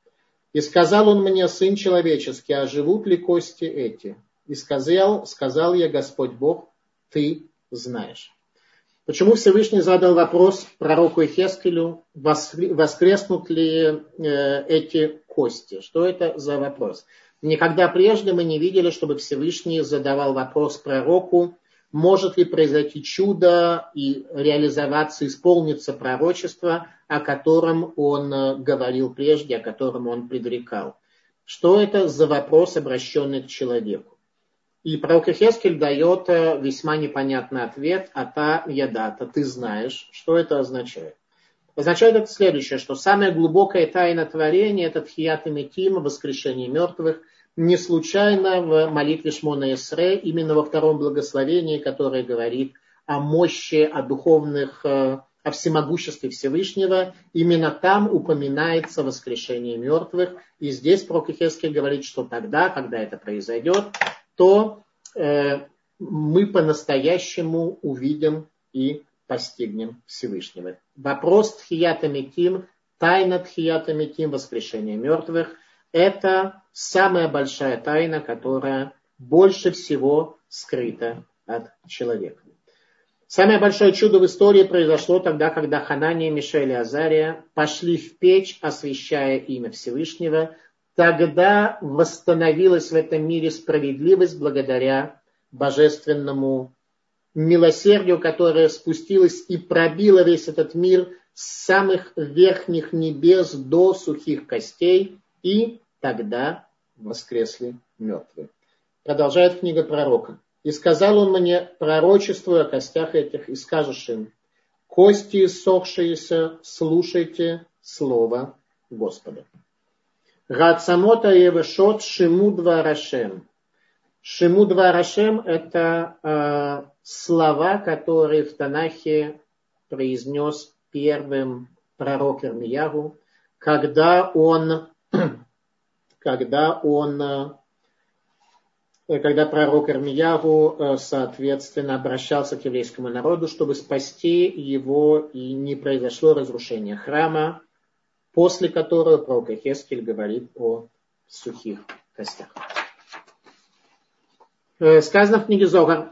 И сказал он мне, сын человеческий, а живут ли кости эти? И сказал, сказал я, Господь Бог, ты знаешь. Почему Всевышний задал вопрос пророку Йехескелю, воскреснут ли эти кости? Что это за вопрос? Никогда прежде мы не видели, чтобы Всевышний задавал вопрос пророку, может ли произойти чудо и реализоваться, исполниться пророчество, о котором он говорил прежде, о котором он предрекал. Что это за вопрос, обращенный к человеку? И пророк Йехескель дает весьма непонятный ответ: «Ата ядата», ты знаешь. Что это означает? Означает это следующее, что самая глубокая тайна творения – это тхият митим, воскрешение мертвых. Не случайно в молитве Шмона Эсре, именно во втором благословении, которое говорит о мощи, о духовных, о всемогуществе Всевышнего, именно там упоминается воскрешение мертвых. И здесь пророк Йехескель говорит, что тогда, когда это произойдет, то э, мы по-настоящему увидим и постигнем Всевышнего. Вопрос тхията митим, тайна тхията митим, воскрешение мертвых, это самая большая тайна, которая больше всего скрыта от человека. Самое большое чудо в истории произошло тогда, когда Ханания, Мишаэль и Азария пошли в печь, освящая имя Всевышнего. Тогда восстановилась в этом мире справедливость благодаря божественному милосердию, которое спустилось и пробило весь этот мир с самых верхних небес до сухих костей, и тогда воскресли мертвые. Продолжает книга пророка. «И сказал он мне, пророчествуя о костях этих, и скажешь им, кости иссохшиеся, слушайте слово Господа». Гацамота евешот шиму дварашем. Шиму дварашем – это э, слова, которые в Танахе произнес первым пророк Ирмиягу, когда он, когда он, когда пророк Ирмиягу, соответственно, обращался к еврейскому народу, чтобы спасти его и не произошло разрушение храма, после которого пророк Йехескель говорит о сухих костях. Сказано в книге Зоар.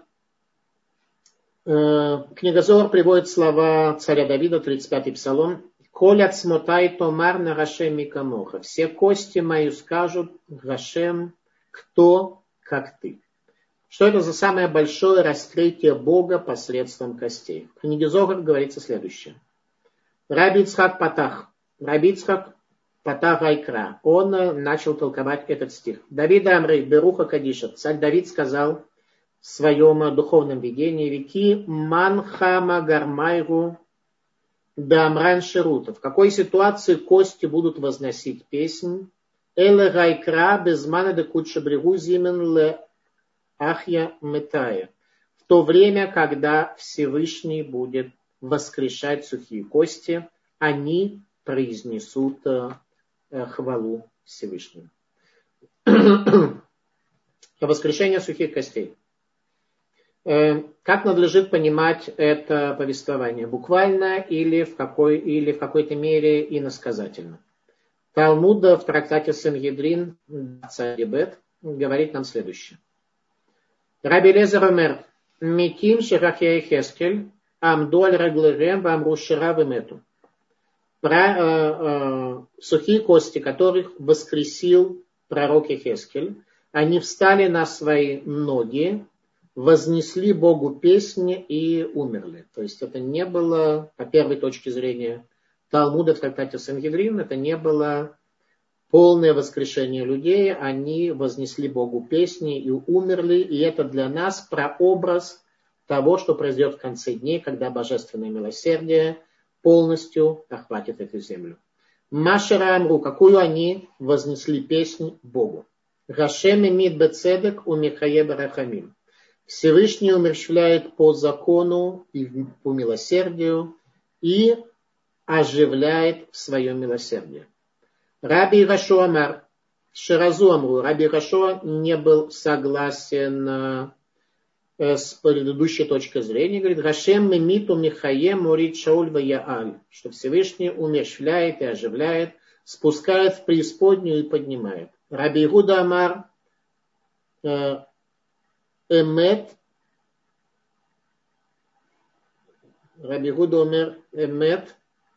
Книга Зоар приводит слова царя Давида, тридцать пятый псалом. «Коль ацмотай томар на Гашем микамоха». Все кости мои скажут Гашем, кто как ты. Что это за самое большое раскрытие Бога посредством костей? В книге Зоар говорится следующее. Раби Ицхак Патах. Раби Ицхак Патах Айкра. Он начал толковать этот стих. Давид Амрей, Беруха Кадиша. Царь Давид сказал в своем духовном видении: «Вики манхама гармайру дамран шерута». В какой ситуации кости будут возносить песнь? Эле гайкра безмана де куча брегу зимен ле ахья метая. В то время, когда Всевышний будет воскрешать сухие кости, они произнесут хвалу Всевышнему. Воскрешение сухих костей. Как надлежит понимать это повествование? Буквально или в, какой, или в какой-то мере иносказательно? Талмуд в трактате Сангедрин Цадибет говорит нам следующее. Раби Лезер омер, митим шехах Йехескель, амдоль раглыгем вамру шира вемету. Про э, э, сухие кости, которых воскресил пророк Йехескель, они встали на свои ноги, вознесли Богу песни и умерли. То есть это не было, по первой точке зрения Талмуда в трактате Сангедрин, это не было полное воскрешение людей, они вознесли Богу песни и умерли, и это для нас прообраз того, что произойдет в конце дней, когда божественное милосердие полностью охватит эту землю. Машера Амру, какую они вознесли песнь Богу. Гашем имит бецедек у Михае барахамим. Всевышний умерщвляет по закону и по милосердию и оживляет в своем милосердии. Раби Рашо Амар, Ширазу Амру, Раби Рашо не был согласен с предыдущей точкой зрения. Говорит, Гашем мимиту Михае мурит Шауль ваяаль, что Всевышний умерщвляет и оживляет, спускает в преисподнюю и поднимает. Раби Игуда Амар, Эмет, Раби Игуда Амар, Эмет,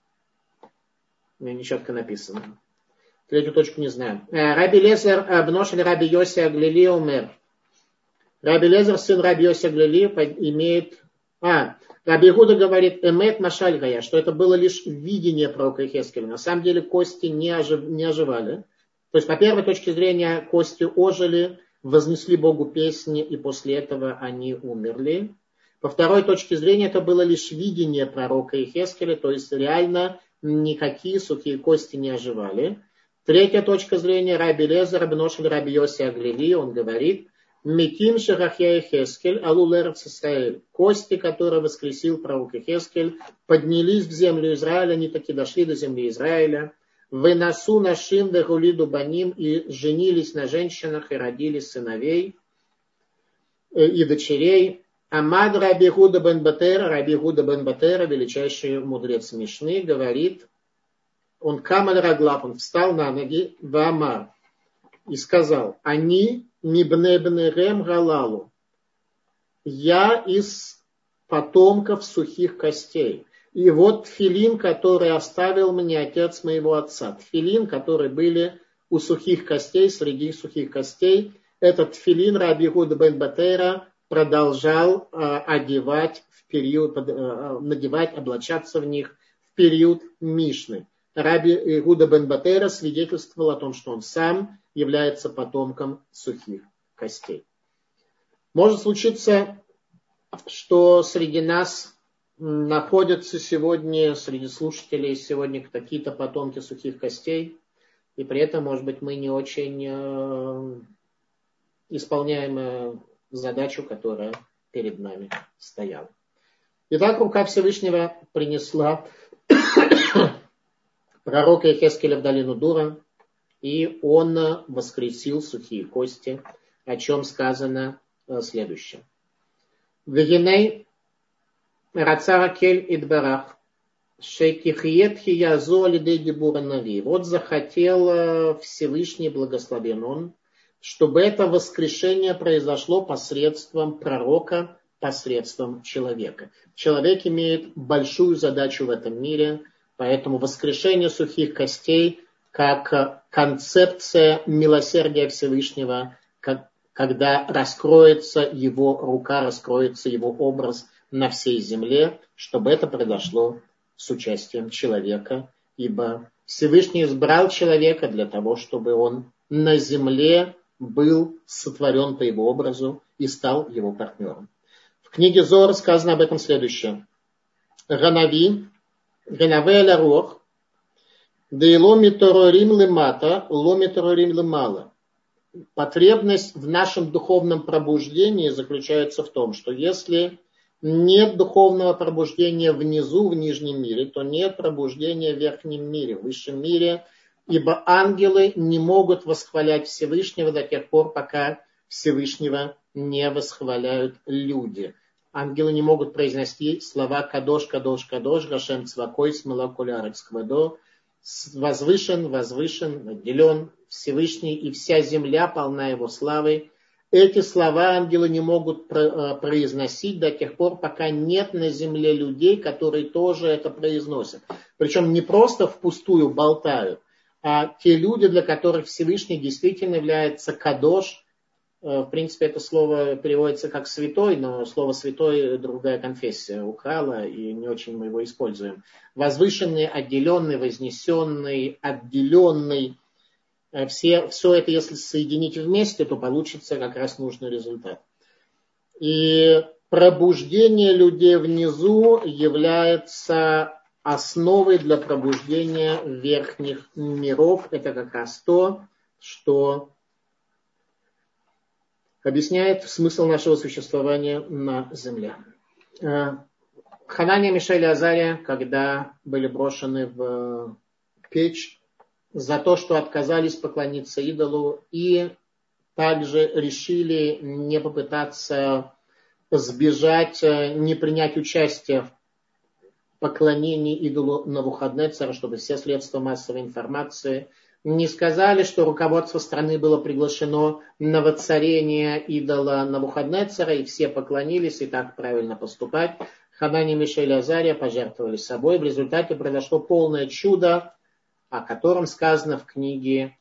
мне нечетко написано. Третью точку не знаю. Раби Лезер обношили Раби Йоси Аглили умер. Раби Лезер, сын Раби Йоси Аглили, имеет... А, Раби Игуда говорит, эмет машаль гая, что это было лишь видение пророка Йехескеля. На самом деле кости не, ожив... не оживали. То есть, по первой точке зрения, кости ожили, вознесли Богу песни, и после этого они умерли. По второй точке зрения, это было лишь видение пророка Йехескеля, то есть реально никакие сухие кости не оживали. Третья точка зрения, Раби Лезер, обношили Раби Йоси Аглили, он говорит, Миким шерахья Йехескель, алул эрец Исраэль. Кости, которые воскресил пророк Йехескель, поднялись в землю Израиля, они таки дошли до земли Израиля. Выносу нашим вегулиду баним, и женились на женщинах, и родили сыновей и дочерей. Амад Раби Гуда бен Батера, Раби Гуда бен Батера, величайший мудрец Мишны, говорит, он камаль раглав, он встал на ноги, вамар, и сказал, они мибнебнерем галалу, я из потомков сухих костей. И вот тфилин, который оставил мне отец моего отца. Тфилин, которые были у сухих костей, среди сухих костей. Этот тфилин Раби Игуда бен Батера продолжал э, одевать в период, э, надевать, облачаться в них в период Мишны. Раби Игуда бен Батера свидетельствовал о том, что он сам является потомком сухих костей. Может случиться, что среди нас находятся сегодня, среди слушателей сегодня какие-то потомки сухих костей, и при этом, может быть, мы не очень э, исполняем задачу, которая перед нами стояла. Итак, рука Всевышнего принесла пророка Йехескеля в долину Дура, и он воскресил сухие кости, о чем сказано следующее. Вегиней рацара кель идбарах шейтихиет хиязо лидей дибура нави. Вот захотел Всевышний, благословен он, чтобы это воскрешение произошло посредством пророка, посредством человека. Человек имеет большую задачу в этом мире, поэтому воскрешение сухих костей как концепция милосердия Всевышнего, как, когда раскроется его рука, раскроется его образ на всей земле, чтобы это произошло с участием человека, ибо Всевышний избрал человека для того, чтобы он на земле был сотворен по его образу и стал его партнером. В книге Зоар сказано об этом следующее. Ганави, Ганаве Ларох, Дейломи Торорим Лемата, Ломи Торорим Лемала. Потребность в нашем духовном пробуждении заключается в том, что если нет духовного пробуждения внизу, в нижнем мире, то нет пробуждения в верхнем мире, в высшем мире, ибо ангелы не могут восхвалять Всевышнего до тех пор, пока Всевышнего не восхваляют люди. Ангелы не могут произнести слова «Кадош, Кадош, Кадош, Гашем Цвакой, Смолокулярек Сквадо», возвышен, возвышен, отделен Всевышний, и вся земля полна его славой. Эти слова ангелы не могут произносить до тех пор, пока нет на земле людей, которые тоже это произносят. Причем не просто впустую болтают, а те люди, для которых Всевышний действительно является кадош. В принципе, это слово переводится как святой, но слово святой другая конфессия украла, и не очень мы его используем. Возвышенный, отделенный, вознесенный, отделенный. Все, все это, если соединить вместе, то получится как раз нужный результат. И пробуждение людей внизу является основой для пробуждения верхних миров. Это как раз то, что объясняет смысл нашего существования на земле. Ханания, Мишаэль и Азария, когда были брошены в печь за то, что отказались поклониться идолу и также решили не попытаться сбежать, не принять участие в поклонении идолу Навуходнецера, чтобы все средства массовой информации не сказали, что руководство страны было приглашено на воцарение идола Навуходнецера, и все поклонились, и так правильно поступать. Ханания, Мишаэль и Азария пожертвовали собой. В результате произошло полное чудо, о котором сказано в книге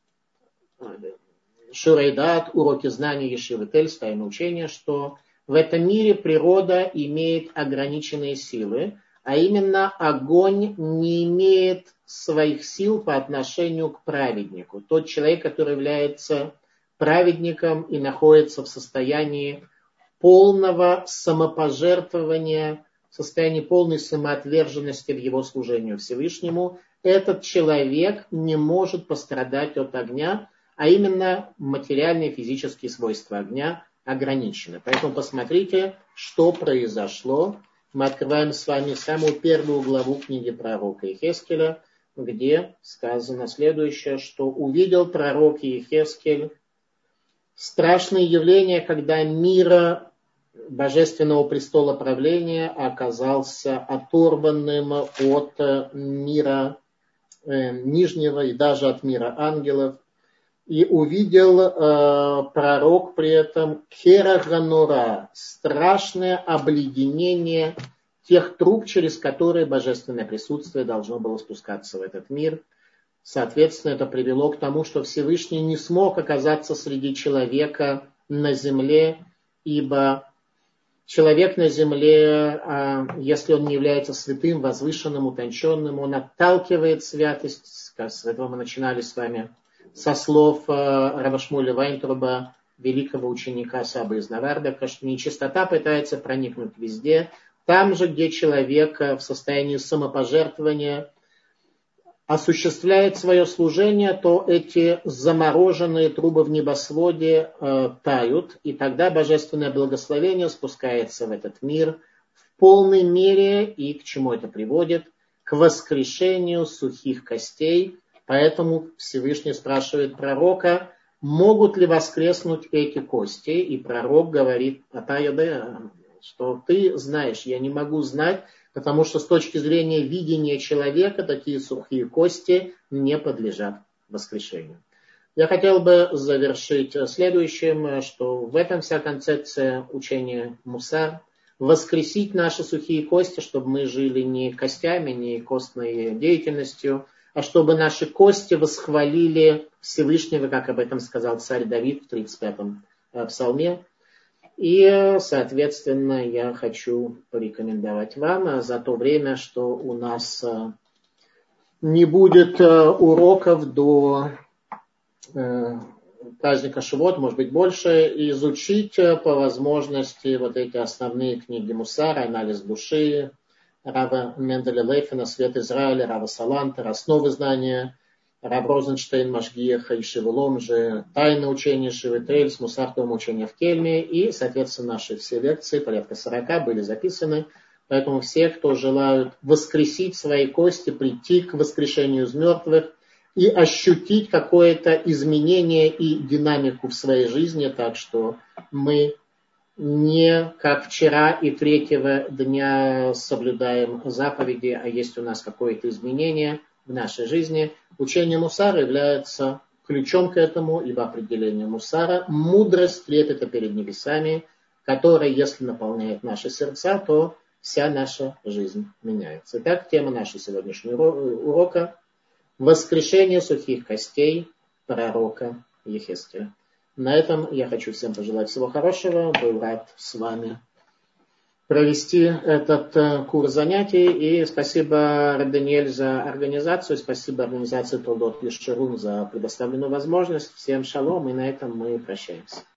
Шурей Даат, уроки знаний Ешивы Тель, тайное учение, что в этом мире природа имеет ограниченные силы, а именно огонь не имеет своих сил по отношению к праведнику. Тот человек, который является праведником и находится в состоянии полного самопожертвования, в состоянии полной самоотверженности в его служении Всевышнему, этот человек не может пострадать от огня, а именно материальные физические свойства огня ограничены. Поэтому посмотрите, что произошло. Мы открываем с вами самую первую главу книги пророка Иехескеля, где сказано следующее, что увидел пророк Иехескель страшные явления, когда мир божественного престола правления оказался оторванным от мира нижнего и даже от мира ангелов. И увидел э, пророк при этом Кераганура, страшное обледенение тех труб, через которые божественное присутствие должно было спускаться в этот мир. Соответственно, это привело к тому, что Всевышний не смог оказаться среди человека на земле, ибо человек на земле, если он не является святым, возвышенным, утонченным, он отталкивает святость. С этого мы начинали с вами со слов Рава Шмуэля Вайнтруба, великого ученика Сабы из Навардака, что нечистота пытается проникнуть везде. Там же, где человек в состоянии самопожертвования осуществляет свое служение, то эти замороженные трубы в небосводе э, тают, и тогда божественное благословение спускается в этот мир в полной мере. И к чему это приводит? К воскрешению сухих костей. Поэтому Всевышний спрашивает пророка, могут ли воскреснуть эти кости? И пророк говорит, Атаяде, что ты знаешь, я не могу знать, потому что с точки зрения видения человека такие сухие кости не подлежат воскрешению. Я хотел бы завершить следующим, что в этом вся концепция учения Мусар. Воскресить наши сухие кости, чтобы мы жили не костями, не костной деятельностью, а чтобы наши кости восхвалили Всевышнего, как об этом сказал царь Давид в тридцать пятом псалме. И, соответственно, я хочу порекомендовать вам за то время, что у нас не будет уроков до праздника Шивот, может быть больше, изучить по возможности вот эти основные книги Мусара, анализ души, Рава Менделя Лейфена, Свет Израиля, Рава Салантер, основы знания, Рав Розенштейн, Машгиеха и Шивелом же, тайное учение Шивы Тель, Мусар дома учения в Кельме, и, соответственно, наши все лекции, порядка сорока, были записаны. Поэтому все, кто желают воскресить свои кости, прийти к воскрешению из мертвых и ощутить какое-то изменение и динамику в своей жизни, так что мы не как вчера и третьего дня соблюдаем заповеди, а есть у нас какое-то изменение в нашей жизни. Учение Мусара является ключом к этому и в определении мусара. Мудрость трепета перед небесами, которая, если наполняет наши сердца, то вся наша жизнь меняется. Итак, тема нашего сегодняшнего урока – воскрешение сухих костей пророка Йехескеля. На этом я хочу всем пожелать всего хорошего. Был рад с вами провести этот курс занятий. И спасибо, Рав Даниэль, за организацию. Спасибо организации Толдот Йешурун за предоставленную возможность. Всем шалом. И на этом мы прощаемся.